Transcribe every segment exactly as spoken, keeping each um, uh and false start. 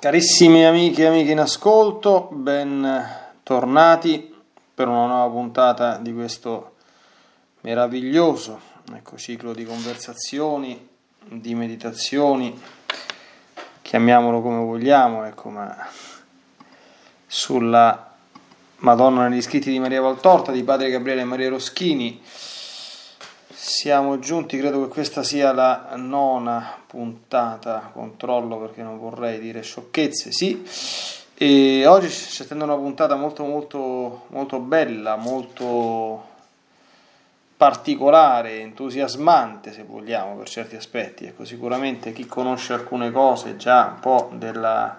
Carissimi amiche e amiche in ascolto, ben tornati per una nuova puntata di questo meraviglioso ecco, ciclo di conversazioni, di meditazioni, chiamiamolo come vogliamo, ecco, ma sulla Madonna negli scritti di Maria Valtorta, di Padre Gabriele e Maria Roschini. Siamo giunti, credo che questa sia la nona puntata, controllo perché non vorrei dire sciocchezze, sì, e oggi ci attende una puntata molto molto molto bella, molto particolare, entusiasmante se vogliamo per certi aspetti. Ecco, sicuramente chi conosce alcune cose già un po' della,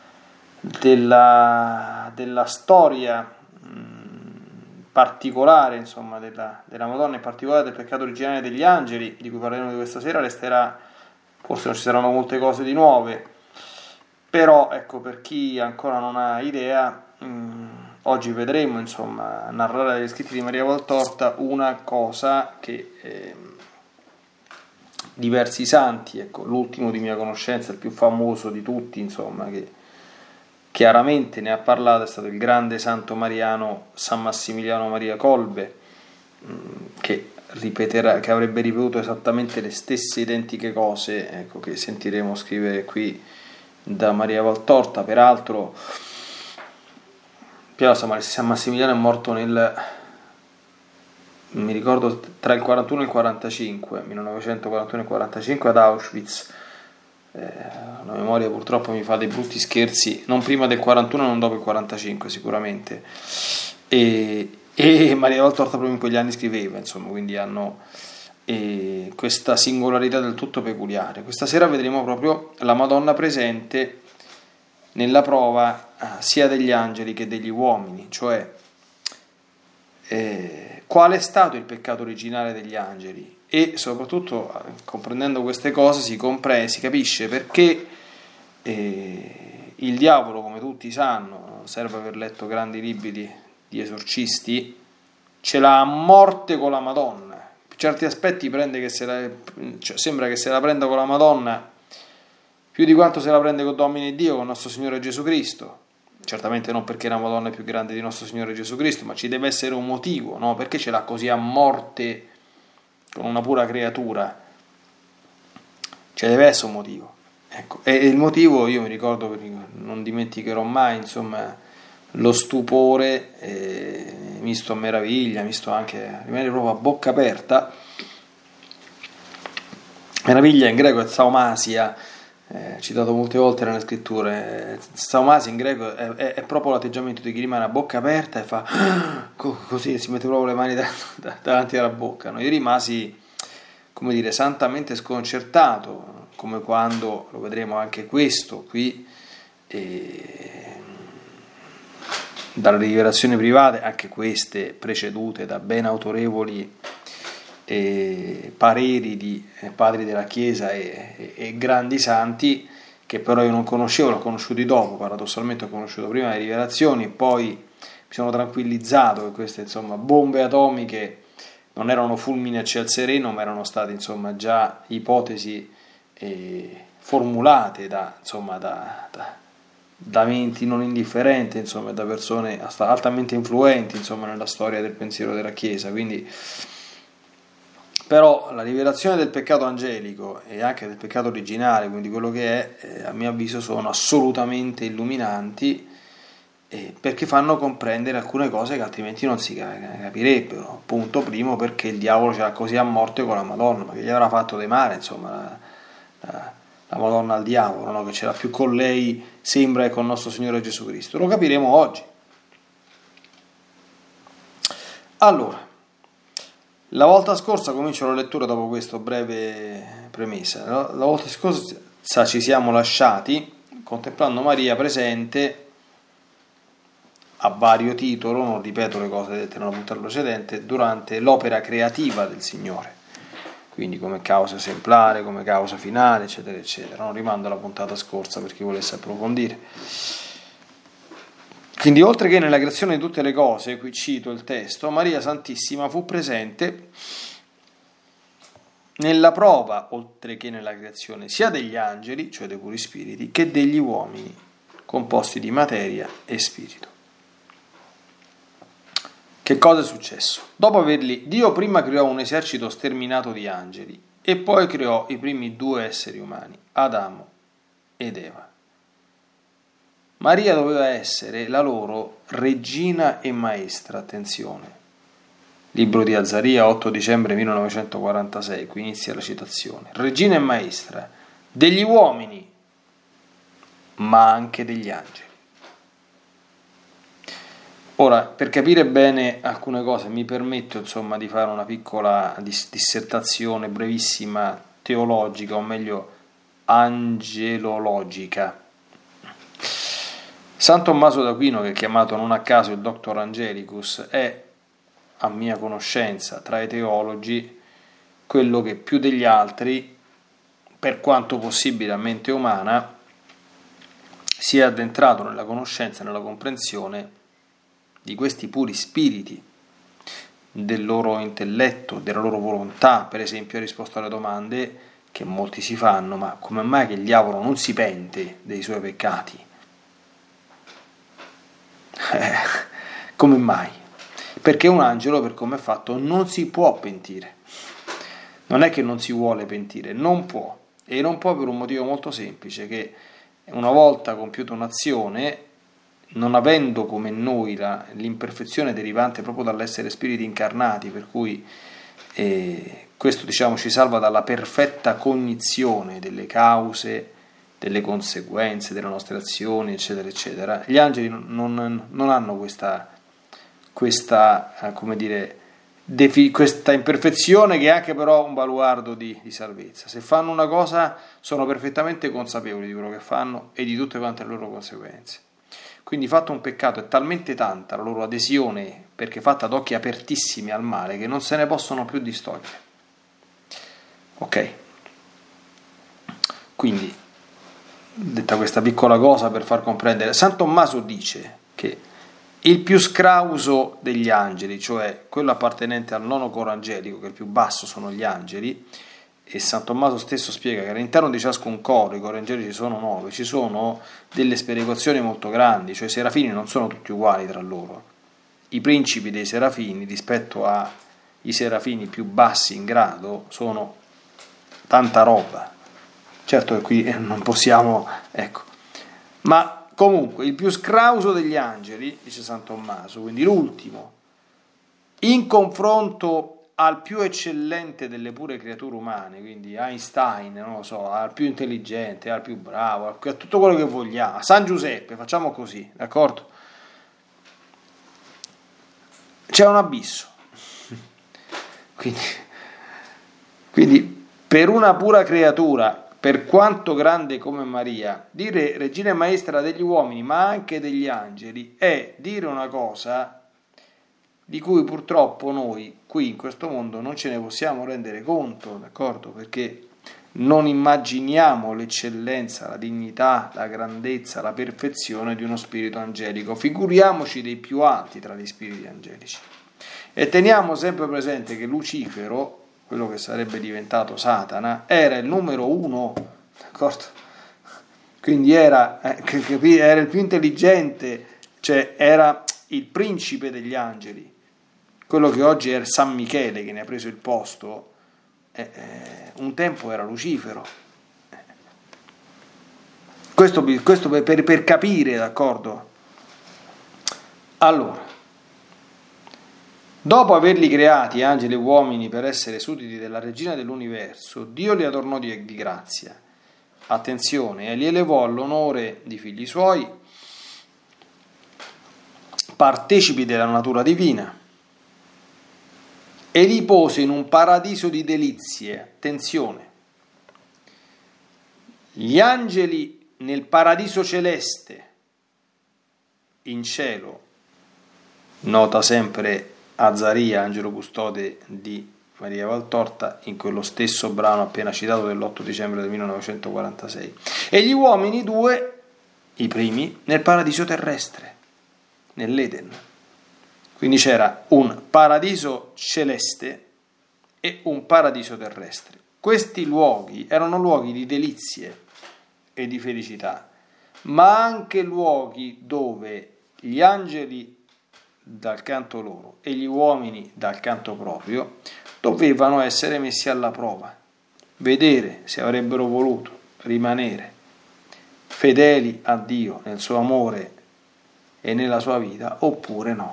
della, della storia particolare, insomma, della, della Madonna, in particolare del peccato originale degli angeli, di cui parleremo di questa sera, resterà, forse non ci saranno molte cose di nuove, però ecco, per chi ancora non ha idea, mh, oggi vedremo, insomma, narrare dagli scritti di Maria Valtorta una cosa che eh, diversi santi, ecco, l'ultimo di mia conoscenza, il più famoso di tutti, insomma, che chiaramente ne ha parlato, è stato il grande santo mariano San Massimiliano Maria Kolbe, che ripeterà, che avrebbe ripetuto esattamente le stesse identiche cose, ecco, che sentiremo scrivere qui da Maria Valtorta. Peraltro San Massimiliano è morto nel, mi ricordo, tra il quarantuno e il quarantacinque, millenovecentoquarantuno e il quarantacinque ad Auschwitz. Eh, la memoria purtroppo mi fa dei brutti scherzi, non prima del quarantuno, non dopo il quarantacinque sicuramente, e, e Maria Valtorta proprio in quegli anni scriveva, insomma, quindi hanno eh, questa singolarità del tutto peculiare. Questa sera vedremo proprio la Madonna presente nella prova eh, sia degli angeli che degli uomini, cioè eh, qual è stato il peccato originale degli angeli. E soprattutto, comprendendo queste cose, si, compre- si capisce perché eh, il diavolo, come tutti sanno, non serve aver letto grandi libri di, di esorcisti, ce l'ha a morte con la Madonna. Per certi aspetti prende che se la, cioè, sembra che se la prenda con la Madonna più di quanto se la prende con Domine Dio, con nostro Signore Gesù Cristo. Certamente non perché la Madonna è più grande di nostro Signore Gesù Cristo, ma ci deve essere un motivo, no? Perché ce l'ha così a morte con una pura creatura? Ci deve essere un motivo, ecco. E il motivo, io mi ricordo, non dimenticherò mai, insomma, lo stupore eh, misto a meraviglia, misto anche, rimane proprio a bocca aperta. Meraviglia in greco è thaumasia, eh, citato molte volte nelle scritture. Thaumasia in greco è, è, è proprio l'atteggiamento di chi rimane a bocca aperta e fa così, si mette proprio le mani da, da, davanti alla bocca, no? Io rimasi, come dire, santamente sconcertato, come quando, lo vedremo anche questo qui, eh, dalle rivelazioni private, anche queste precedute da ben autorevoli eh, pareri di eh, padri della Chiesa e, e, e grandi santi, che però io non conoscevo, l'ho conosciuti dopo, paradossalmente ho conosciuto prima le rivelazioni e poi mi sono tranquillizzato che queste, insomma, bombe atomiche non erano fulmini a ciel sereno, ma erano state, insomma, già ipotesi eh, formulate da, insomma, da, da, da menti non indifferenti, insomma, da persone altamente influenti, insomma, nella storia del pensiero della Chiesa. Quindi, però, la rivelazione del peccato angelico e anche del peccato originale, quindi quello che è, eh, a mio avviso, sono assolutamente illuminanti, Eh, perché fanno comprendere alcune cose che altrimenti non si capirebbero. Punto primo, perché il diavolo ce l'ha così a morte con la Madonna, ma che gli avrà fatto di male, insomma, la, la, la Madonna al diavolo, no? Che ce l'ha più con lei, sembra, che con nostro Signore Gesù Cristo. Lo capiremo oggi. Allora, la volta scorsa, comincio la lettura dopo questo breve premessa, la, la volta scorsa ci siamo lasciati contemplando Maria presente a vario titolo, non ripeto le cose dette nella puntata precedente, durante l'opera creativa del Signore, quindi come causa esemplare, come causa finale, eccetera eccetera. Non rimando alla puntata scorsa per chi volesse approfondire. Quindi, oltre che nella creazione di tutte le cose, qui cito il testo, Maria Santissima fu presente nella prova, oltre che nella creazione, sia degli angeli, cioè dei puri spiriti, che degli uomini. composti di materia e spirito. Che cosa è successo? Dopo averli, Dio prima creò un esercito sterminato di angeli e poi creò i primi due esseri umani, Adamo ed Eva. Maria doveva essere la loro regina e maestra, attenzione. Libro di Azzaria, otto dicembre millenovecentoquarantasei, qui inizia la citazione. Regina e maestra degli uomini, ma anche degli angeli. Ora, per capire bene alcune cose, mi permetto insomma di fare una piccola dis- dissertazione brevissima teologica, o meglio angelologica. San Tommaso d'Aquino, che è chiamato non a caso il Doctor Angelicus, è, a mia conoscenza, tra i teologi, quello che più degli altri, per quanto possibile a mente umana, si è addentrato nella conoscenza e nella comprensione di questi puri spiriti, del loro intelletto, della loro volontà. Per esempio ha risposto alle domande che molti si fanno: ma come mai che il diavolo non si pente dei suoi peccati? Eh, come mai? Perché un angelo, per come è fatto, non si può pentire. Non è che non si vuole pentire, non può. E non può per un motivo molto semplice, che una volta compiuta un'azione, non avendo come noi la, l'imperfezione derivante proprio dall'essere spiriti incarnati, per cui eh, questo diciamo ci salva dalla perfetta cognizione delle cause, delle conseguenze delle nostre azioni, eccetera, eccetera. Gli angeli non, non, non hanno questa, questa eh, come dire, defi, questa imperfezione, che è anche però un baluardo di, di salvezza. Se fanno una cosa sono perfettamente consapevoli di quello che fanno e di tutte quante le loro conseguenze. Quindi, fatto un peccato, è talmente tanta la loro adesione, perché fatta ad occhi apertissimi al male, che non se ne possono più distogliere. Ok? Quindi, detta questa piccola cosa per far comprendere, San Tommaso dice che il più scrauso degli angeli, cioè quello appartenente al nono coro angelico, che il più basso sono gli angeli, e San Tommaso stesso spiega che all'interno di ciascun coro, i cori angelici sono nove, ci sono delle sperequazioni molto grandi, cioè i serafini non sono tutti uguali tra loro. I principi dei serafini rispetto ai serafini più bassi in grado sono tanta roba. Certo che qui non possiamo, ecco, ma comunque il più scrauso degli angeli, dice San Tommaso, quindi l'ultimo, in confronto al più eccellente delle pure creature umane, quindi Einstein, non lo so, al più intelligente, al più bravo, a tutto quello che vogliamo, a San Giuseppe, facciamo così, d'accordo? C'è un abisso. Quindi, quindi per una pura creatura, per quanto grande come Maria, dire regina e maestra degli uomini, ma anche degli angeli, è dire una cosa di cui purtroppo noi qui in questo mondo non ce ne possiamo rendere conto, d'accordo? Perché non immaginiamo l'eccellenza, la dignità, la grandezza, la perfezione di uno spirito angelico, figuriamoci dei più alti tra gli spiriti angelici. E teniamo sempre presente che Lucifero, quello che sarebbe diventato Satana, era il numero uno, d'accordo? Quindi era, eh, era il più intelligente, cioè era il principe degli angeli. Quello che oggi è San Michele, che ne ha preso il posto, eh, eh, un tempo era Lucifero. Questo, questo per, per capire, d'accordo? Allora, dopo averli creati, angeli e uomini, per essere sudditi della regina dell'universo, Dio li adornò di, di grazia. Attenzione, e li elevò all'onore di figli suoi, partecipi della natura divina, e li pose in un paradiso di delizie. Attenzione, gli angeli nel paradiso celeste, in cielo, nota sempre Azzaria, angelo custode di Maria Valtorta, in quello stesso brano appena citato dell'otto dicembre del millenovecentoquarantasei, e gli uomini due, i primi, nel paradiso terrestre, nell'Eden. Quindi c'era un paradiso celeste e un paradiso terrestre. Questi luoghi erano luoghi di delizie e di felicità, ma anche luoghi dove gli angeli dal canto loro e gli uomini dal canto proprio dovevano essere messi alla prova, vedere se avrebbero voluto rimanere fedeli a Dio nel suo amore e nella sua vita oppure no.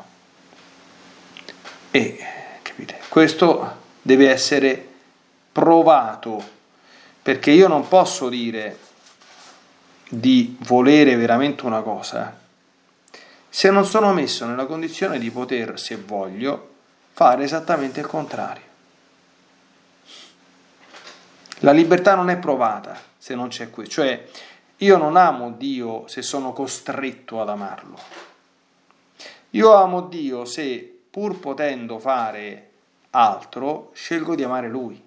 E capite, questo deve essere provato, perché io non posso dire di volere veramente una cosa se non sono messo nella condizione di poter, se voglio, fare esattamente il contrario. La libertà non è provata se non c'è questo, cioè io non amo Dio se sono costretto ad amarlo. Io amo Dio se, pur potendo fare altro, scelgo di amare Lui.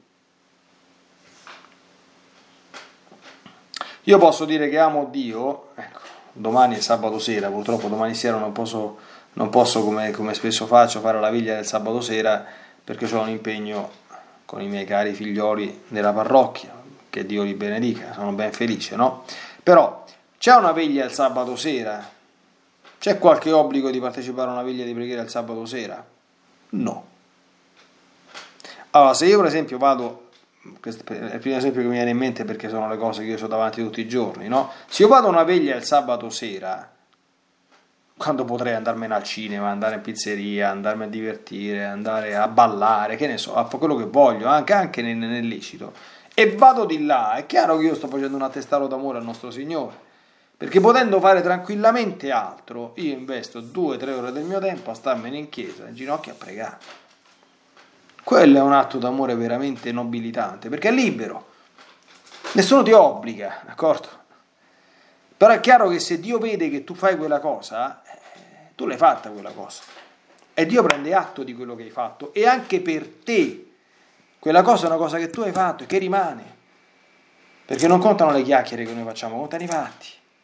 Io posso dire che amo Dio, ecco, domani è sabato sera, purtroppo domani sera non posso, non posso come, come spesso faccio, fare la veglia del sabato sera, perché ho un impegno con i miei cari figlioli della parrocchia, che Dio li benedica, sono ben felice, no? Però c'è una veglia il sabato sera? C'è qualche obbligo di partecipare a una veglia di preghiera il sabato sera? No. Allora, se io per esempio vado, questo è il primo esempio che mi viene in mente perché sono le cose che io ho davanti tutti i giorni, no? Se io vado a una veglia il sabato sera, quando potrei andarmene al cinema, andare in pizzeria, andarmi a divertire, andare a ballare, che ne so, a fare quello che voglio, anche, anche nel, nel lecito, e vado di là, è chiaro che io sto facendo un attestato d'amore al nostro Signore, perché potendo fare tranquillamente altro, io investo due o tre ore del mio tempo a starmene in chiesa, in ginocchio a pregare. Quello è un atto d'amore veramente nobilitante, perché è libero, nessuno ti obbliga, d'accordo? Però è chiaro che se Dio vede che tu fai quella cosa, eh, tu l'hai fatta quella cosa, e Dio prende atto di quello che hai fatto, e anche per te quella cosa è una cosa che tu hai fatto e che rimane, perché non contano le chiacchiere che noi facciamo, contano i fatti.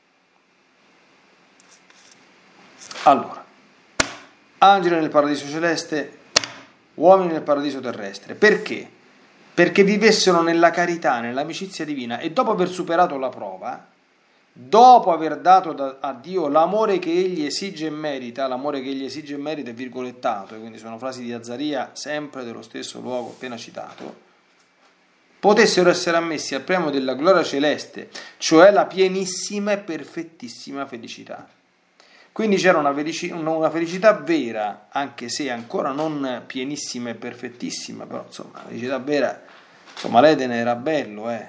Allora, angeli nel paradiso celeste, uomini nel paradiso terrestre. Perché? Perché vivessero nella carità, nell'amicizia divina, e dopo aver superato la prova, dopo aver dato a Dio l'amore che egli esige e merita, l'amore che egli esige e merita è virgolettato, e quindi sono frasi di Azzaria sempre dello stesso luogo appena citato, potessero essere ammessi al premio della gloria celeste, cioè la pienissima e perfettissima felicità. Quindi c'era una felicità, una felicità vera, anche se ancora non pienissima e perfettissima, però insomma, la felicità vera, insomma, l'Eden era bello, eh.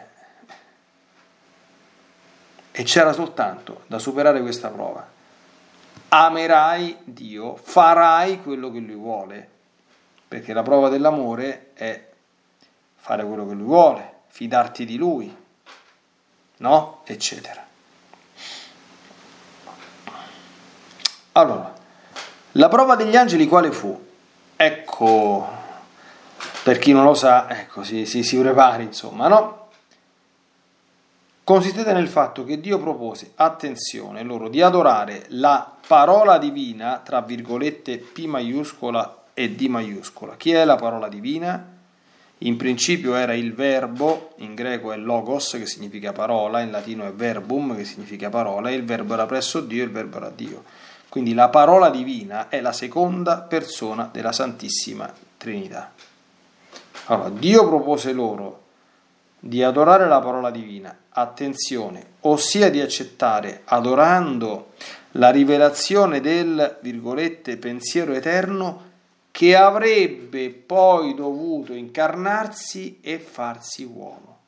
E c'era soltanto da superare questa prova. Amerai Dio, farai quello che Lui vuole, perché la prova dell'amore è fare quello che Lui vuole, fidarti di Lui, no? Eccetera. Allora, la prova degli angeli quale fu? Ecco, per chi non lo sa, ecco, si, si, si prepari, insomma, no? Consistette nel fatto che Dio propose, attenzione, loro di adorare la parola divina, tra virgolette P maiuscola e D maiuscola. Chi è la parola divina? In principio era il verbo, in greco è logos, che significa parola, in latino è verbum, che significa parola, e il verbo era presso Dio e il verbo era Dio. Quindi la parola divina è la seconda persona della Santissima Trinità. Allora, Dio propose loro di adorare la parola divina, attenzione, ossia di accettare, adorando la rivelazione del, virgolette, pensiero eterno che avrebbe poi dovuto incarnarsi e farsi uomo.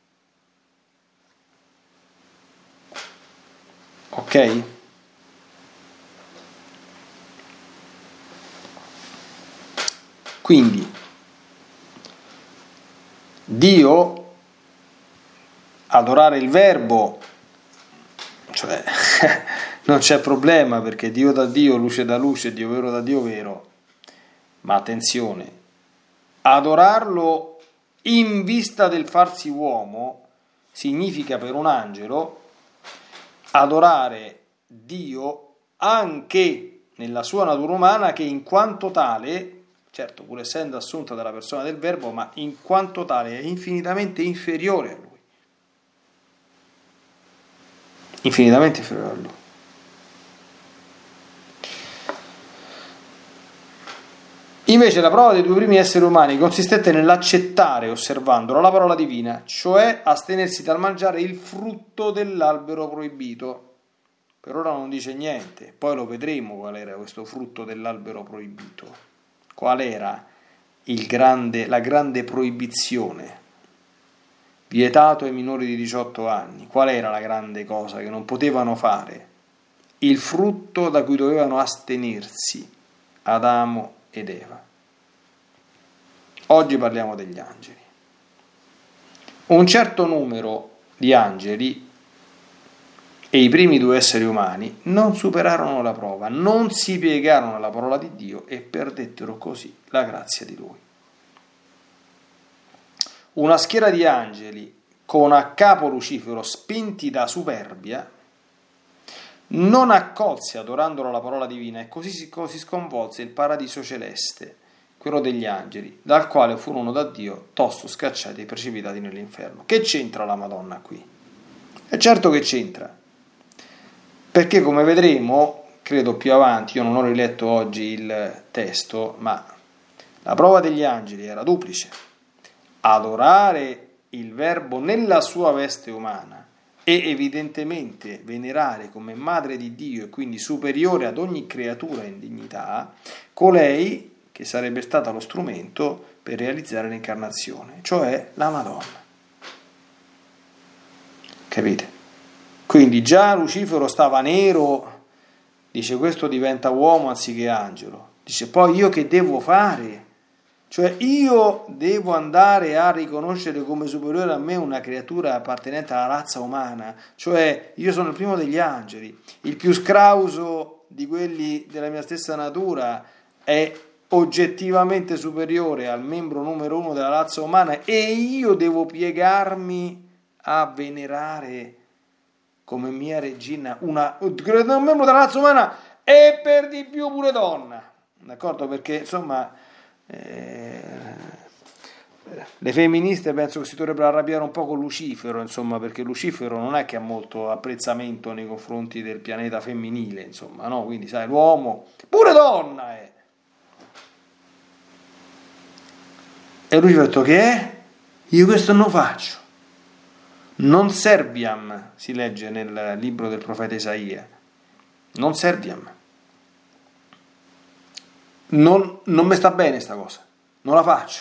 Ok? Quindi Dio, adorare il verbo, cioè non c'è problema perché Dio da Dio, luce da luce, Dio vero da Dio vero, ma attenzione, adorarlo in vista del farsi uomo significa per un angelo adorare Dio anche nella sua natura umana che in quanto tale, certo pur essendo assunta dalla persona del verbo, ma in quanto tale è infinitamente inferiore a lui. infinitamente inferiore a lui. Invece la prova dei due primi esseri umani consistette nell'accettare, osservandolo, la parola divina, cioè astenersi dal mangiare il frutto dell'albero proibito. Per ora non dice niente, poi lo vedremo qual era questo frutto dell'albero proibito. Qual era il grande, la grande proibizione? Vietato ai minori di diciotto anni. Qual era la grande cosa che non potevano fare? Il frutto da cui dovevano astenersi Adamo ed Eva. Oggi parliamo degli angeli. Un certo numero di angeli e i primi due esseri umani non superarono la prova, non si piegarono alla parola di Dio e perdettero così la grazia di Lui. Una schiera di angeli con a capo Lucifero spinti da superbia non accolse adorandolo la parola divina e così si, così sconvolse il paradiso celeste, quello degli angeli, dal quale furono da Dio tosto scacciati e precipitati nell'inferno. Che c'entra la Madonna qui? È certo che c'entra, perché come vedremo, credo più avanti, io non ho riletto oggi il testo, ma la prova degli angeli era duplice: adorare il Verbo nella sua veste umana e evidentemente venerare come madre di Dio e quindi superiore ad ogni creatura in dignità colei che sarebbe stata lo strumento per realizzare l'incarnazione, cioè la Madonna. Capite? Quindi già Lucifero stava nero, dice questo diventa uomo anziché angelo, dice poi io che devo fare? Cioè io devo andare a riconoscere come superiore a me una creatura appartenente alla razza umana, cioè io sono il primo degli angeli, il più scrauso di quelli della mia stessa natura, è oggettivamente superiore al membro numero uno della razza umana e io devo piegarmi a venerare come mia regina una, un membro della razza umana e per di più pure donna, d'accordo? Perché insomma eh, le femministe penso che si dovrebbero arrabbiare un po' con Lucifero, insomma, perché Lucifero non è che ha molto apprezzamento nei confronti del pianeta femminile, insomma, no? Quindi sai, l'uomo pure donna è. E lui ha detto che è? Io questo non faccio. Non serviam, si legge nel libro del profeta Isaia. Non serviam. Non, non mi sta bene sta cosa. Non la faccio.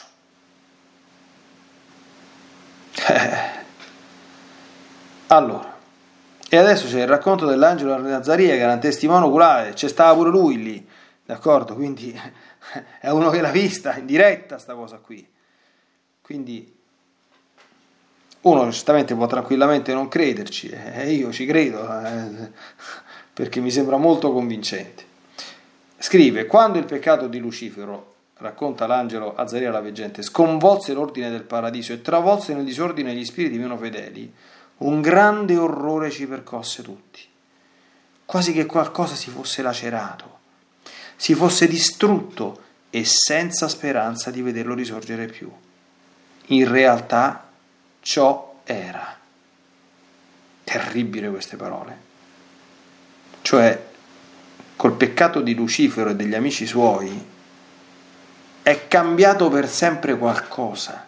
Eh. Allora. E adesso c'è il racconto dell'angelo a Zaria che era un testimone oculare. C'è stava pure lui lì. D'accordo? Quindi è uno che l'ha vista in diretta sta cosa qui. Quindi uno certamente può tranquillamente non crederci, e eh, io ci credo, eh, perché mi sembra molto convincente. Scrive: quando il peccato di Lucifero, racconta l'angelo Azaria la veggente, sconvolse l'ordine del paradiso e travolse nel disordine gli spiriti meno fedeli, un grande orrore ci percosse tutti, quasi che qualcosa si fosse lacerato, si fosse distrutto e senza speranza di vederlo risorgere più. In realtà ciò era. Terribile queste parole. Cioè, col peccato di Lucifero e degli amici suoi è cambiato per sempre qualcosa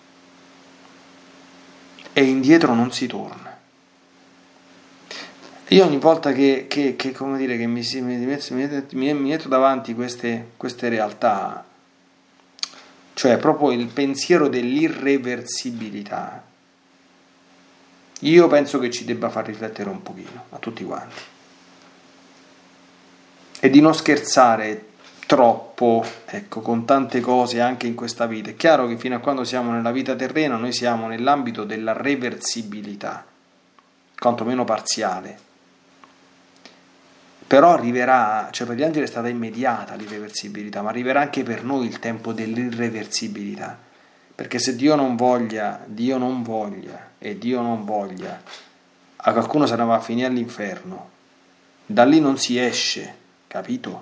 e indietro non si torna. Io ogni volta che, che, che come dire, che mi, mi, mi, mi metto davanti queste, queste realtà, cioè proprio il pensiero dell'irreversibilità, io penso che ci debba far riflettere un pochino a tutti quanti e di non scherzare troppo, ecco, con tante cose anche in questa vita. È chiaro che fino a quando siamo nella vita terrena noi siamo nell'ambito della reversibilità, quantomeno parziale, però arriverà, cioè per gli angeli è stata immediata l'irreversibilità, ma arriverà anche per noi il tempo dell'irreversibilità, perché se Dio non voglia, Dio non voglia e Dio non voglia, a qualcuno se ne va a finire all'inferno, da lì non si esce, capito?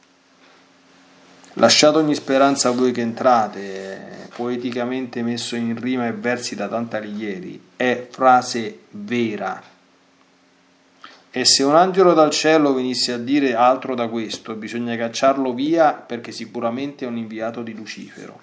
Lasciate ogni speranza a voi che entrate, poeticamente messo in rima e versi da Dante Alighieri, è frase vera. E se un angelo dal cielo venisse a dire altro da questo, bisogna cacciarlo via, perché sicuramente è un inviato di Lucifero.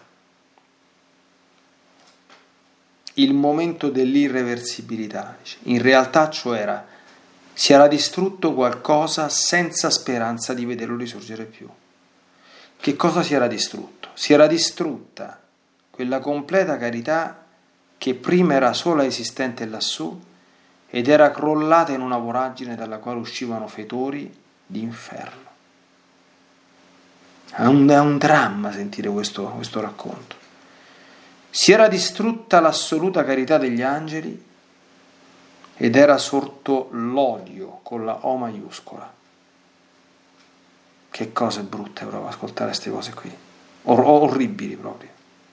Il momento dell'irreversibilità. In realtà, cioè, era, si era distrutto qualcosa senza speranza di vederlo risorgere più. Che cosa si era distrutto? Si era distrutta quella completa carità che prima era sola esistente lassù ed era crollata in una voragine dalla quale uscivano fetori di inferno. È un, è un dramma sentire questo, questo racconto. Si era distrutta l'assoluta carità degli angeli ed era sorto l'odio con la O maiuscola. Che cose brutte proprio ascoltare queste cose qui, Or- orribili proprio.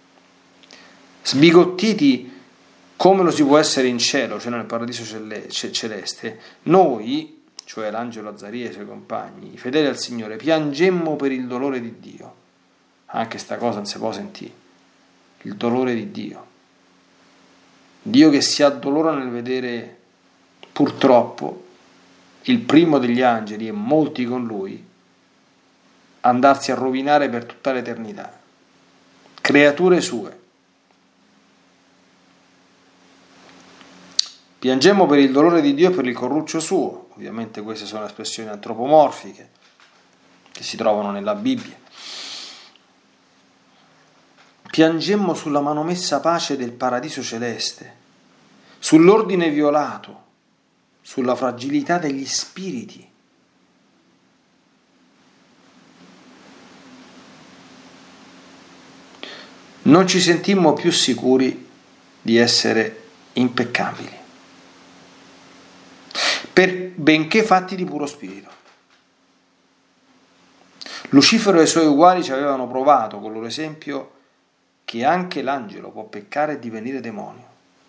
Sbigottiti come lo si può essere in cielo, cioè nel paradiso cele- celeste, noi, cioè l'angelo Azzaria e i suoi compagni, i fedeli al Signore, piangemmo per il dolore di Dio. Anche sta cosa non si può sentire. Il dolore di Dio. Dio che si addolora nel vedere, purtroppo, il primo degli angeli e molti con lui andarsi a rovinare per tutta l'eternità. Creature sue. Piangemmo per il dolore di Dio e per il corruccio suo. Ovviamente queste sono espressioni antropomorfiche che si trovano nella Bibbia. Piangemmo sulla manomessa pace del paradiso celeste, sull'ordine violato, sulla fragilità degli spiriti. Non ci sentimmo più sicuri di essere impeccabili, per benché fatti di puro spirito. Lucifero e i suoi uguali ci avevano provato con il loro esempio che anche l'angelo può peccare e divenire demonio.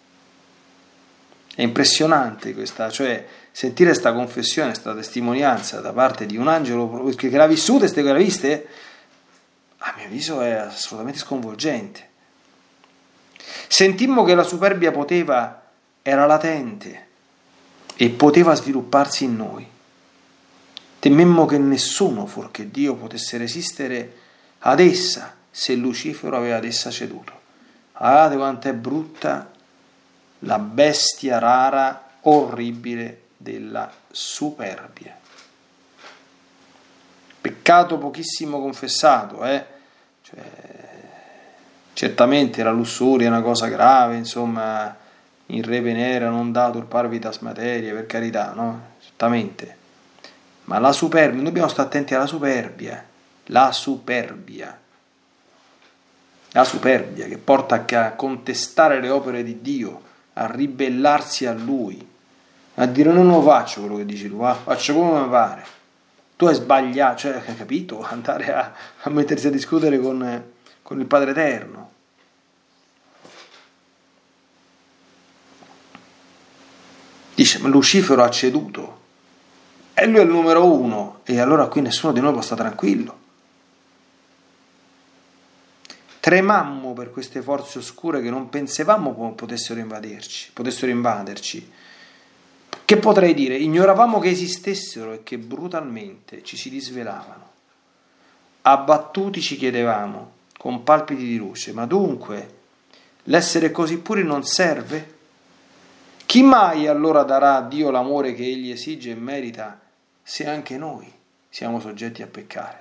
È impressionante questa, cioè sentire questa confessione, questa testimonianza da parte di un angelo che l'ha vissuta e che l'ha viste, a mio avviso è assolutamente sconvolgente. Sentimmo che la superbia poteva, era latente e poteva svilupparsi in noi. Tememmo che nessuno, fuorché Dio, potesse resistere ad essa se Lucifero aveva ad essa ceduto. Guardate quanto è brutta la bestia rara, orribile della superbia. Peccato pochissimo confessato, eh? Cioè, certamente la lussuria è una cosa grave, insomma, in re venere non dato il parvitas materia, per carità, no? Certamente. Ma la superbia, noi dobbiamo stare attenti alla superbia, la superbia. La superbia che porta a contestare le opere di Dio, a ribellarsi a Lui, a dire non lo faccio quello che dici tu, faccio come mi pare. Tu hai sbagliato, cioè, hai capito? Andare a, a mettersi a discutere con, con il Padre Eterno. Dice, ma Lucifero ha ceduto e lui è il numero uno, e allora qui nessuno di noi può stare tranquillo. Tremammo per queste forze oscure che non pensavamo potessero invaderci, potessero invaderci. Che potrei dire? Ignoravamo che esistessero e che brutalmente ci si disvelavano. Abbattuti ci chiedevamo, con palpiti di luce, ma dunque l'essere così puri non serve? Chi mai allora darà a Dio l'amore che Egli esige e merita, se anche noi siamo soggetti a peccare?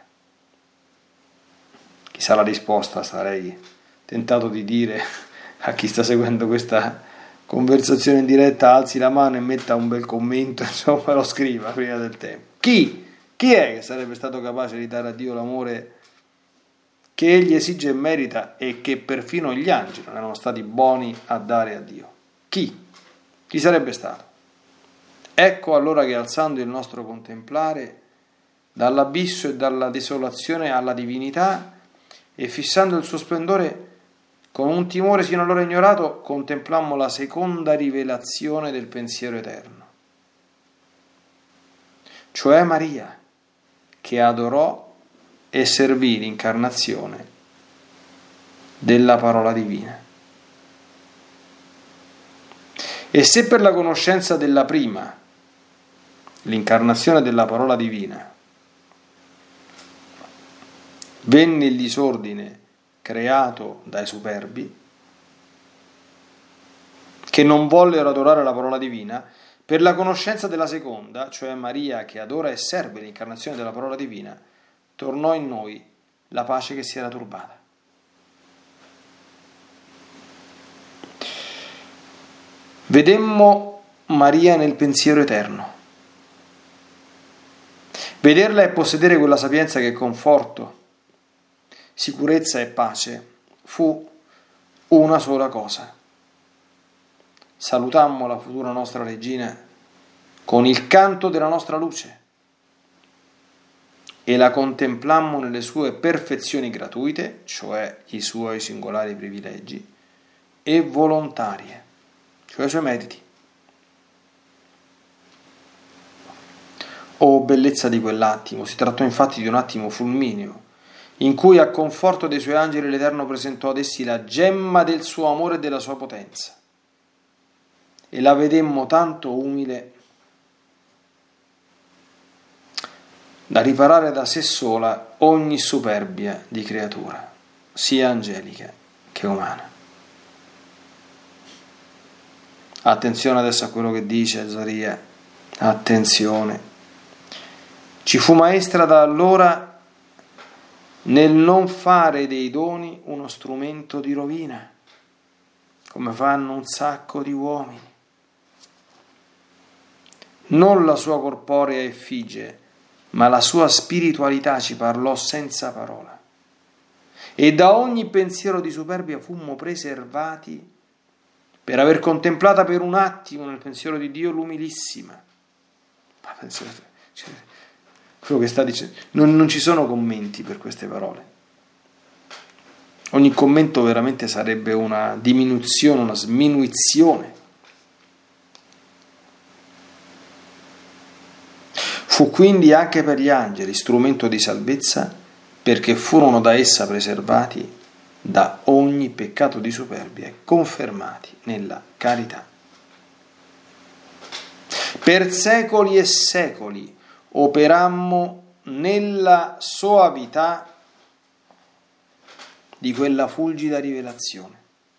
Chissà la risposta, sarei tentato di dire a chi sta seguendo questa conversazione in diretta: alzi la mano e metta un bel commento, insomma lo scriva prima del tempo. Chi? Chi è che sarebbe stato capace di dare a Dio l'amore che Egli esige e merita e che perfino gli angeli non erano stati buoni a dare a Dio? Chi? Chi sarebbe stato? Ecco allora che, alzando il nostro contemplare dall'abisso e dalla desolazione alla divinità e fissando il suo splendore con un timore sino allora ignorato, contemplammo la seconda rivelazione del pensiero eterno, cioè Maria, che adorò e servì l'incarnazione della parola divina. E se per la conoscenza della prima l'incarnazione della parola divina, venne il disordine creato dai superbi che non vollero adorare la parola divina, per la conoscenza della seconda, cioè Maria che adora e serve l'incarnazione della parola divina, tornò in noi la pace che si era turbata. Vedemmo Maria nel pensiero eterno. Vederla e possedere quella sapienza che conforto, sicurezza e pace fu una sola cosa. Salutammo la futura nostra regina con il canto della nostra luce e la contemplammo nelle sue perfezioni gratuite, cioè i suoi singolari privilegi, e volontarie, cioè i suoi meriti. Oh bellezza di quell'attimo! Si trattò infatti di un attimo fulmineo, in cui a conforto dei suoi angeli l'Eterno presentò ad essi la gemma del suo amore e della sua potenza. E la vedemmo tanto umile da riparare da sé sola ogni superbia di creatura, sia angelica che umana. Attenzione adesso a quello che dice Azaria, attenzione. Ci fu maestra da allora nel non fare dei doni uno strumento di rovina, come fanno un sacco di uomini. Non la sua corporea effigie, ma la sua spiritualità ci parlò senza parola. E da ogni pensiero di superbia fummo preservati per aver contemplata per un attimo nel pensiero di Dio l'umilissima. Ma pensate, cioè, quello che sta dicendo, non, non ci sono commenti per queste parole. Ogni commento veramente sarebbe una diminuzione, una sminuizione. Fu quindi anche per gli angeli strumento di salvezza, perché furono da essa preservati da ogni peccato di superbia e confermati nella carità. Per secoli e secoli operammo nella soavità di quella fulgida rivelazione.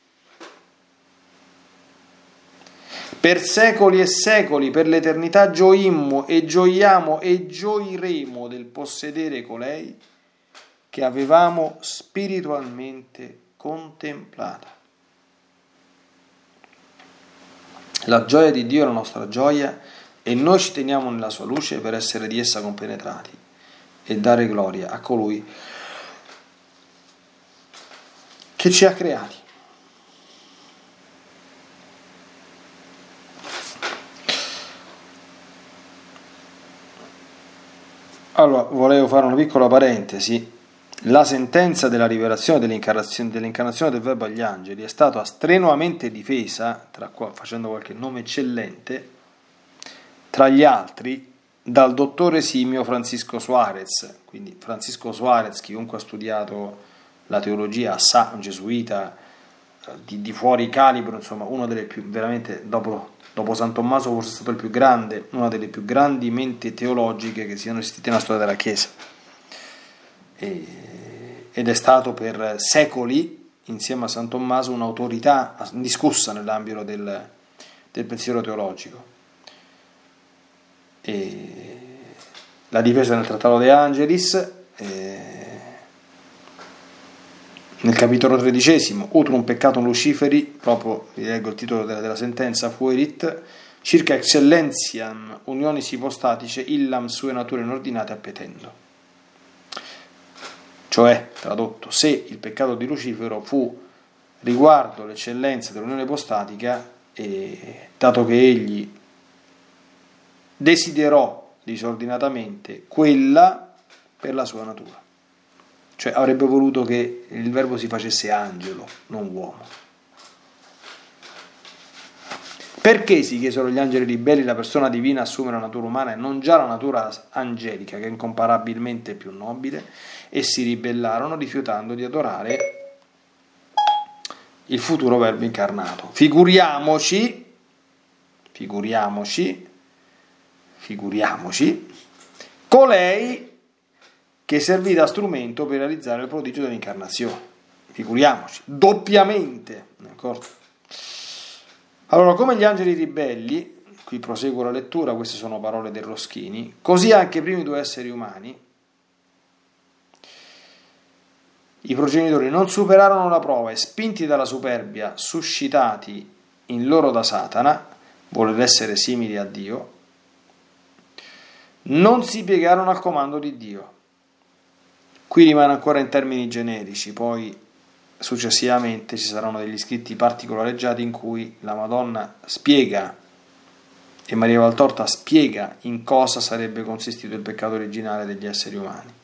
Per secoli e secoli, per l'eternità, gioimmo e gioiamo e gioiremo del possedere colei che avevamo spiritualmente contemplata. La gioia di Dio è la nostra gioia e noi ci teniamo nella sua luce per essere di essa compenetrati e dare gloria a colui che ci ha creati. Allora, volevo fare una piccola parentesi. La sentenza della rivelazione dell'incarnazione, dell'incarnazione del Verbo agli angeli è stata strenuamente difesa, tra qua, facendo qualche nome eccellente, tra gli altri, dal dottore esimio Francisco Suarez. Quindi Francisco Suarez, chiunque ha studiato la teologia sa, un gesuita di, di fuori calibro, insomma, uno delle più, veramente, dopo... Dopo San Tommaso forse è stato il più grande, una delle più grandi menti teologiche che siano esistite nella storia della Chiesa. E, ed è stato per secoli, insieme a San Tommaso, un'autorità discussa nell'ambito del, del pensiero teologico. E la difesa nel Trattato De Angelis, e nel capitolo tredicesimo, Utrum peccatum Luciferi, proprio vi leggo il titolo della, della sentenza, fuerit, circa excellentiam unionis ipostatice illam sue nature inordinate appetendo. Cioè, tradotto, se il peccato di Lucifero fu riguardo l'eccellenza dell'unione ipostatica, e dato che egli desiderò disordinatamente quella per la sua natura. Cioè avrebbe voluto che il Verbo si facesse angelo, non uomo. Perché si chiesero gli angeli ribelli la persona divina assumere la natura umana e non già la natura angelica, che è incomparabilmente più nobile, e si ribellarono rifiutando di adorare il futuro Verbo incarnato. Figuriamoci, figuriamoci figuriamoci, colei che servì da strumento per realizzare il prodigio dell'incarnazione, figuriamoci, doppiamente, d'accordo? Allora, come gli angeli ribelli, qui proseguo la lettura, queste sono parole del Roschini, così anche i primi due esseri umani, i progenitori non superarono la prova e, spinti dalla superbia, suscitati in loro da Satana, voler essere simili a Dio, non si piegarono al comando di Dio. Qui rimane ancora in termini generici, poi successivamente ci saranno degli scritti particolareggiati in cui la Madonna spiega e Maria Valtorta spiega in cosa sarebbe consistito il peccato originale degli esseri umani.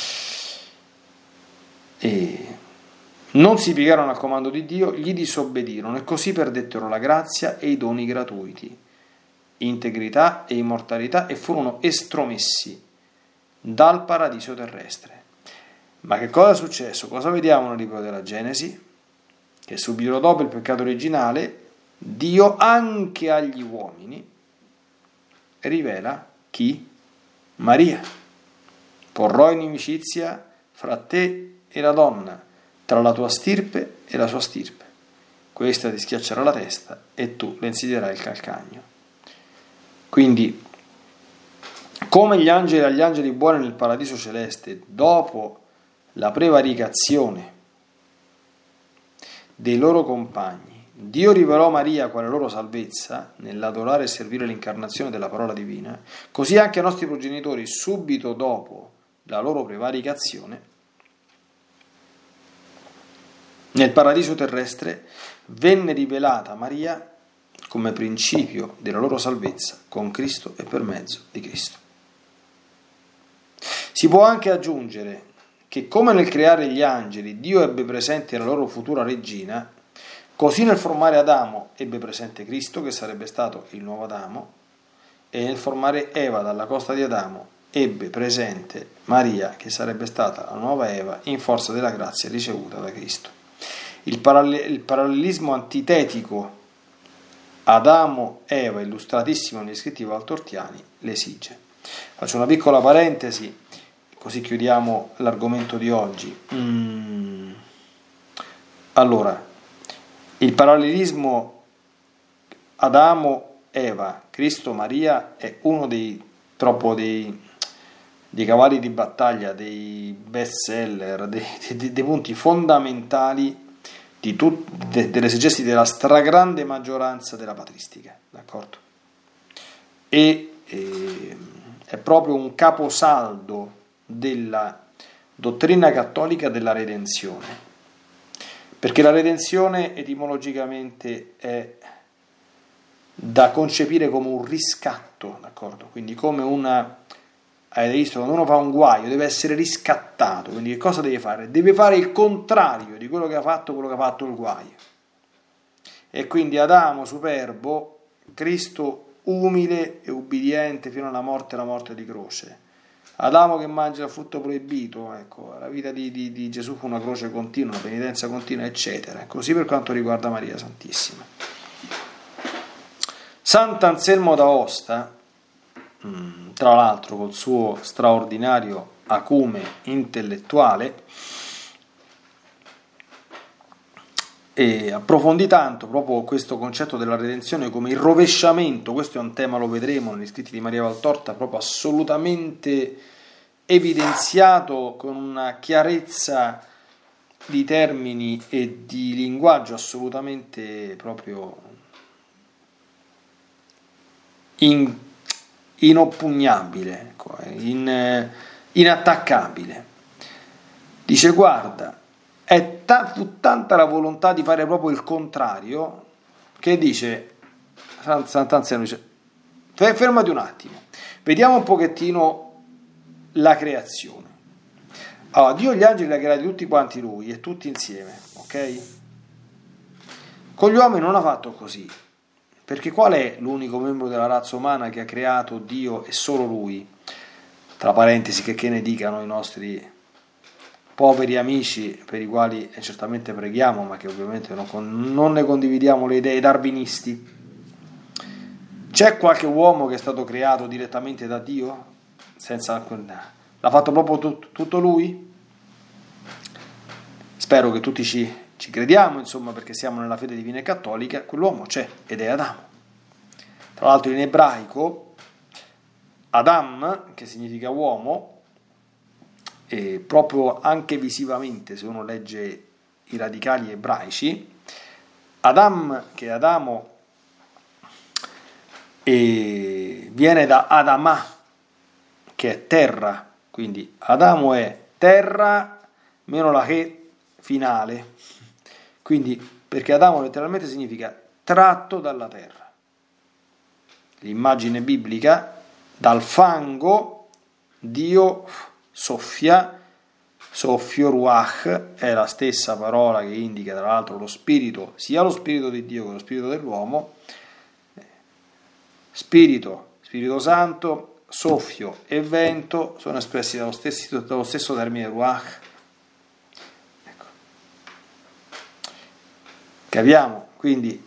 E non si piegarono al comando di Dio, gli disobbedirono e così perdettero la grazia e i doni gratuiti, integrità e immortalità, e furono estromessi dal paradiso terrestre. Ma che cosa è successo? Cosa vediamo nel libro della Genesi? Che subito dopo il peccato originale, Dio anche agli uomini rivela chi? Maria. Porrò inimicizia fra te e la donna, tra la tua stirpe e la sua stirpe. Questa ti schiaccerà la testa e tu le insidierai il calcagno. Quindi, come gli angeli agli angeli buoni nel paradiso celeste, dopo la prevaricazione dei loro compagni, Dio rivelò Maria quale loro salvezza nell'adorare e servire l'incarnazione della parola divina, così anche ai nostri progenitori, subito dopo la loro prevaricazione, nel paradiso terrestre venne rivelata Maria come principio della loro salvezza con Cristo e per mezzo di Cristo. Si può anche aggiungere che come nel creare gli angeli Dio ebbe presente la loro futura regina, così nel formare Adamo ebbe presente Cristo, che sarebbe stato il nuovo Adamo, e nel formare Eva dalla costa di Adamo ebbe presente Maria, che sarebbe stata la nuova Eva in forza della grazia ricevuta da Cristo. Il, paralle- il parallelismo antitetico Adamo-Eva, illustratissimo negli scritti valtortiani, l'esige. Faccio una piccola parentesi, così chiudiamo l'argomento di oggi. Mm. Allora, il parallelismo Adamo-Eva, Cristo-Maria è uno dei proprio dei, dei cavalli di battaglia, dei best seller, dei, dei, dei punti fondamentali di tut, de, dell'esegesi della stragrande maggioranza della patristica, d'accordo? E, e è proprio un caposaldo della dottrina cattolica della redenzione, perché la redenzione etimologicamente è da concepire come un riscatto, d'accordo? Quindi come una, avete visto, quando uno fa un guaio deve essere riscattato, quindi che cosa deve fare? Deve fare il contrario di quello che ha fatto quello che ha fatto il guaio. E quindi Adamo superbo, Cristo umile e ubbidiente fino alla morte, la morte di croce. Adamo che mangia il frutto proibito, ecco, la vita di, di, di Gesù fu una croce continua, una penitenza continua, eccetera. Così per quanto riguarda Maria Santissima. Sant'Anselmo d'Aosta, tra l'altro col suo straordinario acume intellettuale, e approfondì tanto proprio questo concetto della redenzione come il rovesciamento. Questo è un tema, lo vedremo negli scritti di Maria Valtorta, proprio assolutamente evidenziato con una chiarezza di termini e di linguaggio assolutamente proprio in, inoppugnabile, ecco, in, inattaccabile. Dice: guarda, è ta- fu tanta la volontà di fare proprio il contrario, che dice Sant'Anselmo, dice: fermati un attimo, vediamo un pochettino la creazione. Allora, Dio gli angeli li ha creati tutti quanti lui e tutti insieme, ok? Con gli uomini non ha fatto così, perché qual è l'unico membro della razza umana che ha creato Dio e solo lui? Tra parentesi, che, che ne dicano i nostri poveri amici, per i quali certamente preghiamo, ma che ovviamente non, con, non ne condividiamo le idee, darwinisti. C'è qualche uomo che è stato creato direttamente da Dio? Senza alcun... L'ha fatto proprio tut, tutto lui? Spero che tutti ci, ci crediamo, insomma, perché siamo nella fede divina e cattolica. Quell'uomo c'è ed è Adamo. Tra l'altro in ebraico Adam, che significa uomo, e proprio anche visivamente, se uno legge i radicali ebraici, Adam, che è Adamo, e viene da Adamà, che è terra, quindi Adamo è terra meno la che finale, quindi perché Adamo letteralmente significa tratto dalla terra. L'immagine biblica, dal fango Dio soffia, soffio ruach è la stessa parola che indica tra l'altro lo spirito, sia lo spirito di Dio che lo spirito dell'uomo. Spirito, Spirito Santo, soffio e vento sono espressi dallo stesso, dallo stesso termine ruach. Ecco. Capiamo? Quindi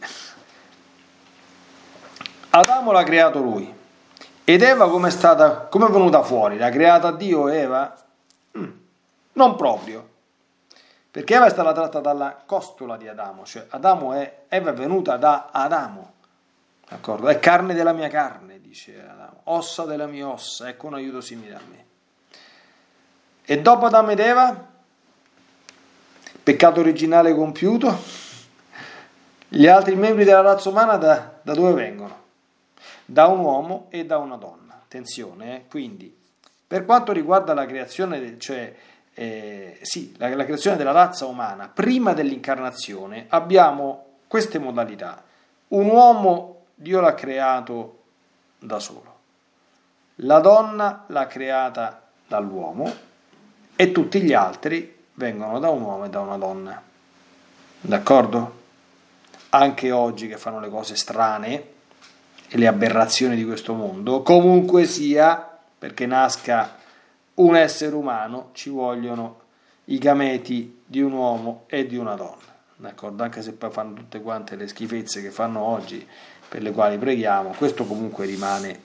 Adamo l'ha creato lui. Ed Eva come è stata, come è venuta fuori? L'ha creata Dio Eva? Mm, non proprio. Perché Eva è stata tratta dalla costola di Adamo, cioè Adamo è, Eva è venuta da Adamo. D'accordo? È carne della mia carne, dice Adamo, ossa della mia ossa, ecco un aiuto simile a me. E dopo Adamo ed Eva, peccato originale compiuto, gli altri membri della razza umana da, da dove vengono? Da un uomo e da una donna. Attenzione, eh? Quindi, per quanto riguarda la creazione, cioè eh, sì, la, la creazione della razza umana, prima dell'incarnazione abbiamo queste modalità. Un uomo Dio l'ha creato da solo, la donna l'ha creata dall'uomo e tutti gli altri vengono da un uomo e da una donna. D'accordo? Anche oggi che fanno le cose strane e le aberrazioni di questo mondo, comunque sia, perché nasca un essere umano ci vogliono i gameti di un uomo e di una donna. D'accordo? Anche se poi fanno tutte quante le schifezze che fanno oggi, per le quali preghiamo, questo comunque rimane.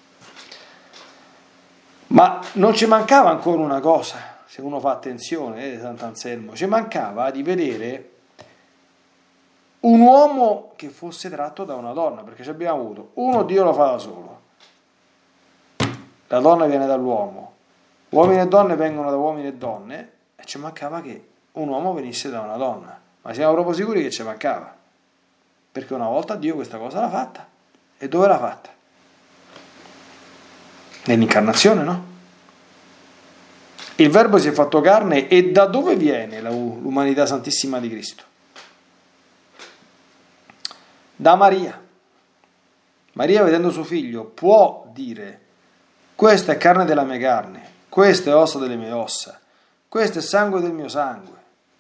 Ma non ci mancava ancora una cosa, se uno fa attenzione, eh, Sant'Anselmo, ci mancava di vedere un uomo che fosse tratto da una donna, perché ci abbiamo avuto uno, Dio lo fa da solo, la donna viene dall'uomo, uomini e donne vengono da uomini e donne, e ci mancava che un uomo venisse da una donna. Ma siamo proprio sicuri che ci mancava? Perché una volta Dio questa cosa l'ha fatta. E dove l'ha fatta? Nell'incarnazione, no? Il Verbo si è fatto carne, e da dove viene l'umanità santissima di Cristo? Da Maria. Maria, vedendo suo figlio, può dire: questa è carne della mia carne, questa è ossa delle mie ossa, questo è sangue del mio sangue.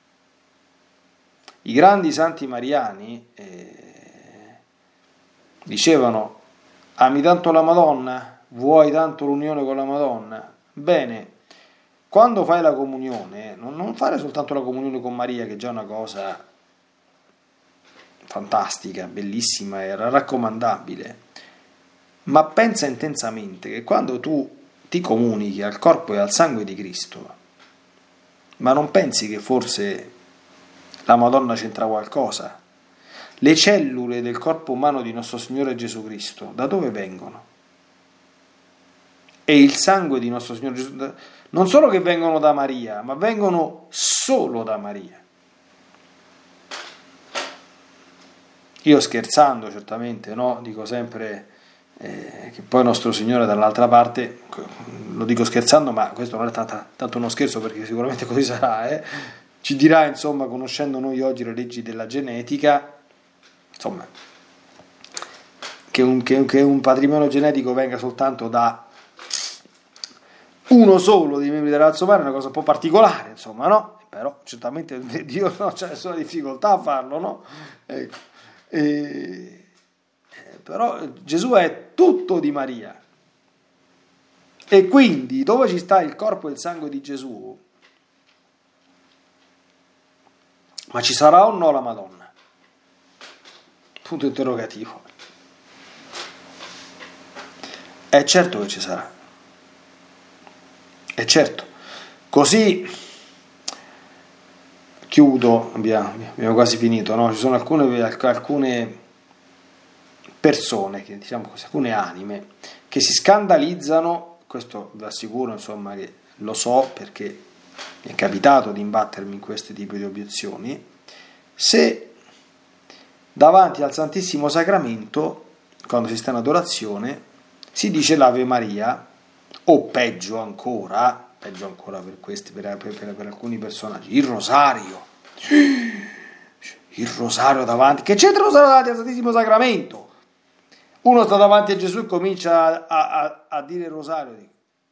I grandi santi mariani eh, dicevano: ami tanto la Madonna? Vuoi tanto l'unione con la Madonna? Bene, quando fai la comunione, non, non fare soltanto la comunione con Maria, che è già una cosa fantastica, bellissima e raccomandabile, ma pensa intensamente che quando tu ti comunichi al corpo e al sangue di Cristo, ma non pensi che forse la Madonna c'entra qualcosa? Le cellule del corpo umano di nostro Signore Gesù Cristo, da dove vengono? E il sangue di nostro Signore Gesù, non solo che vengono da Maria, ma vengono solo da Maria. Io scherzando, certamente, no? Dico sempre eh, che poi nostro Signore dall'altra parte, lo dico scherzando, ma questo non è tanto, tanto uno scherzo, perché sicuramente così sarà, eh? Ci dirà, insomma, conoscendo noi oggi le leggi della genetica, insomma, che un, che, che un patrimonio genetico venga soltanto da uno solo dei membri della razza umana è una cosa un po' particolare, insomma, no? Però certamente Dio non c'è nessuna difficoltà a farlo, no? Ecco. E, però Gesù è tutto di Maria, e quindi dove ci sta il corpo e il sangue di Gesù? Ma ci sarà o no la Madonna? Punto interrogativo. È certo che ci sarà, è certo. Così chiudo, abbiamo, abbiamo quasi finito, no? Ci sono alcune, alcune persone, che, diciamo così, alcune anime che si scandalizzano, questo vi assicuro, insomma, che lo so perché mi è capitato di imbattermi in questi tipi di obiezioni, se davanti al Santissimo Sacramento, quando si sta in adorazione, si dice l'Ave Maria, o peggio ancora, peggio ancora per questi, per, per, per, per alcuni personaggi, il rosario. Il rosario davanti, che c'entra il rosario davanti al Santissimo Sacramento? Uno sta davanti a Gesù e comincia a, a, a dire il rosario.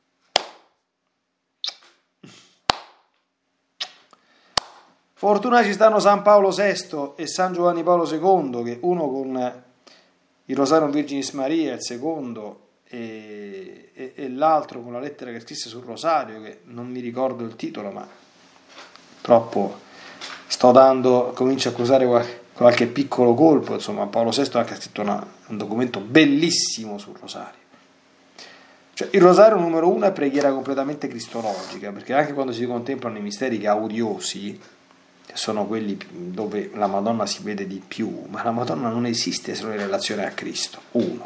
Fortuna ci stanno San Paolo sesto e San Giovanni Paolo secondo, che uno con il Rosario Virginis Maria, il secondo, e, e, e l'altro con la lettera che scrisse sul rosario, che non mi ricordo il titolo, ma troppo sto dando, comincio a accusare qualche, qualche piccolo colpo. Insomma, Paolo sesto ha anche scritto una, un documento bellissimo sul rosario. Cioè, il rosario numero uno è preghiera completamente cristologica, perché anche quando si contemplano i misteri gaudiosi, che sono quelli dove la Madonna si vede di più, ma la Madonna non esiste solo in relazione a Cristo. Uno.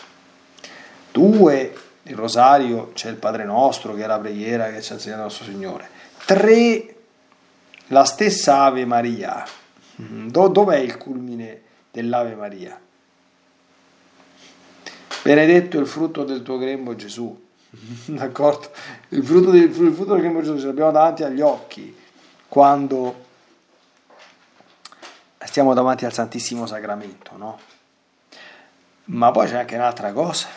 Due, il rosario, c'è il Padre Nostro, che è la preghiera che ci ha insegnato il nostro Signore. Tre, la stessa Ave Maria. Dov'è il culmine dell'Ave Maria? Benedetto il frutto del tuo grembo, Gesù. D'accordo? Il frutto del, il frutto del grembo, Gesù, ce l'abbiamo davanti agli occhi quando stiamo davanti al Santissimo Sacramento, no? Ma poi c'è anche un'altra cosa,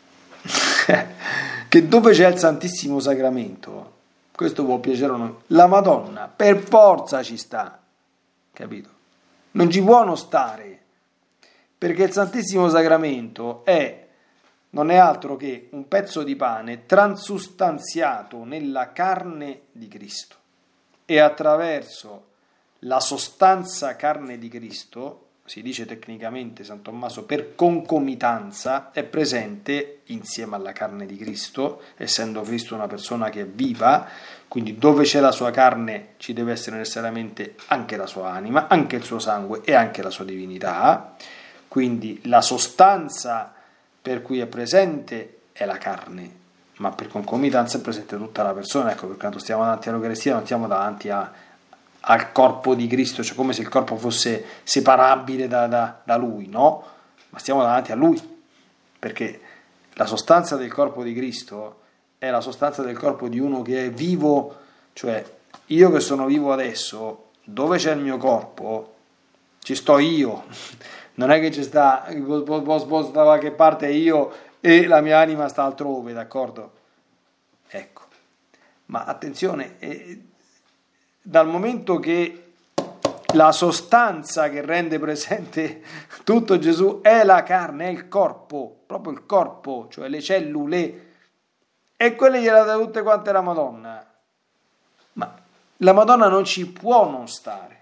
che dove c'è il Santissimo Sacramento, questo può piacere o no, la Madonna per forza ci sta, capito? Non ci può non stare, perché il Santissimo Sacramento è, non è altro che un pezzo di pane transustanziato nella carne di Cristo, e attraverso la sostanza carne di Cristo, si dice tecnicamente San Tommaso per concomitanza, è presente insieme alla carne di Cristo, essendo Cristo una persona che è viva, quindi dove c'è la sua carne ci deve essere necessariamente anche la sua anima, anche il suo sangue e anche la sua divinità. Quindi la sostanza per cui è presente è la carne, ma per concomitanza è presente tutta la persona. Ecco, per quanto stiamo davanti all'Eucaristia non stiamo davanti a al corpo di Cristo, cioè come se il corpo fosse separabile da, da, da Lui, no? Ma stiamo davanti a Lui, perché la sostanza del corpo di Cristo è la sostanza del corpo di uno che è vivo, cioè io che sono vivo adesso, dove c'è il mio corpo, ci sto io, non è che ci sta, posso da qualche parte io e la mia anima sta altrove, d'accordo? Ecco, ma attenzione, eh, dal momento che la sostanza che rende presente tutto Gesù è la carne, è il corpo, proprio il corpo, cioè le cellule, e quelle gliele ha date tutte quante la Madonna. Ma la Madonna non ci può non stare,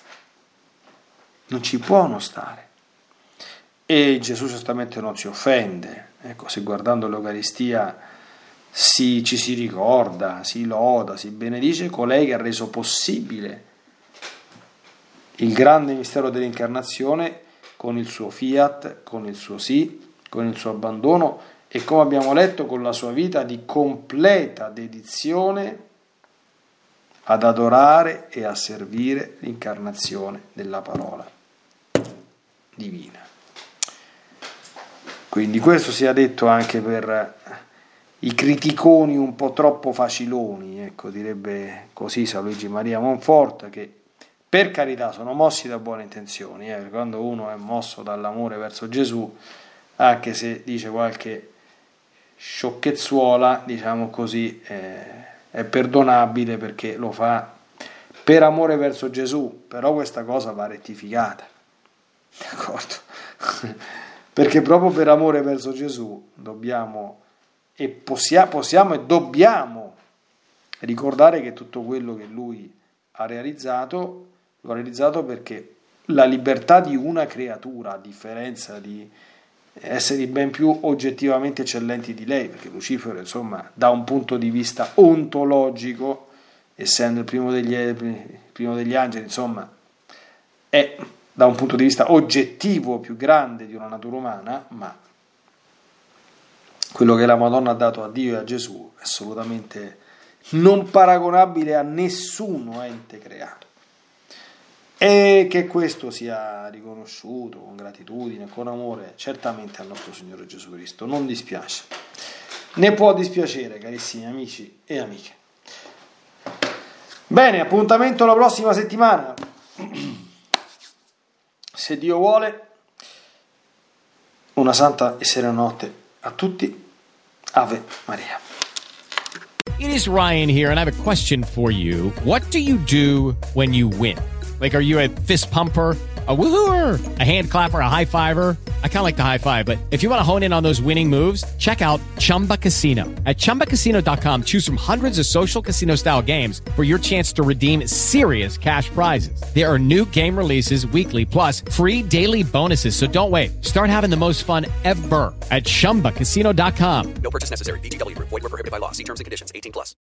non ci può non stare. E Gesù certamente non si offende, ecco, se guardando l'Eucaristia Si, ci si ricorda, si loda, si benedice colei che ha reso possibile il grande mistero dell'incarnazione con il suo fiat, con il suo sì, con il suo abbandono e, come abbiamo letto, con la sua vita di completa dedizione ad adorare e a servire l'incarnazione della parola divina. Quindi questo sia detto anche per i criticoni un po' troppo faciloni, ecco, direbbe così San Luigi Maria Monfort, che per carità sono mossi da buone intenzioni, eh, quando uno è mosso dall'amore verso Gesù, anche se dice qualche sciocchezzuola, diciamo così, eh, è perdonabile perché lo fa per amore verso Gesù, però questa cosa va rettificata, d'accordo? Perché proprio per amore verso Gesù dobbiamo e possiamo, possiamo e dobbiamo ricordare che tutto quello che lui ha realizzato lo ha realizzato perché la libertà di una creatura, a differenza di esseri ben più oggettivamente eccellenti di lei, perché Lucifero, insomma, da un punto di vista ontologico, essendo il primo degli, il primo degli angeli, insomma, è da un punto di vista oggettivo più grande di una natura umana, ma quello che la Madonna ha dato a Dio e a Gesù è assolutamente non paragonabile a nessun ente creato. E che questo sia riconosciuto con gratitudine, con amore, certamente al nostro Signore Gesù Cristo non dispiace, ne può dispiacere, carissimi amici e amiche. Bene, appuntamento la prossima settimana, se Dio vuole. Una santa e serena notte a tutti. Ave Maria. It is Ryan here, and I have a question for you. What do you do when you win? Like, are you a fist pumper, a woohooer, a hand clapper, a high fiver? I kind of like the high five, but if you want to hone in on those winning moves, check out Chumba Casino. At chumba casino dot com, choose from hundreds of social casino style games for your chance to redeem serious cash prizes. There are new game releases weekly, plus free daily bonuses. So don't wait. Start having the most fun ever at chumba casino dot com. No purchase necessary. V G W Group. Void where prohibited by law. See terms and conditions. eighteen plus.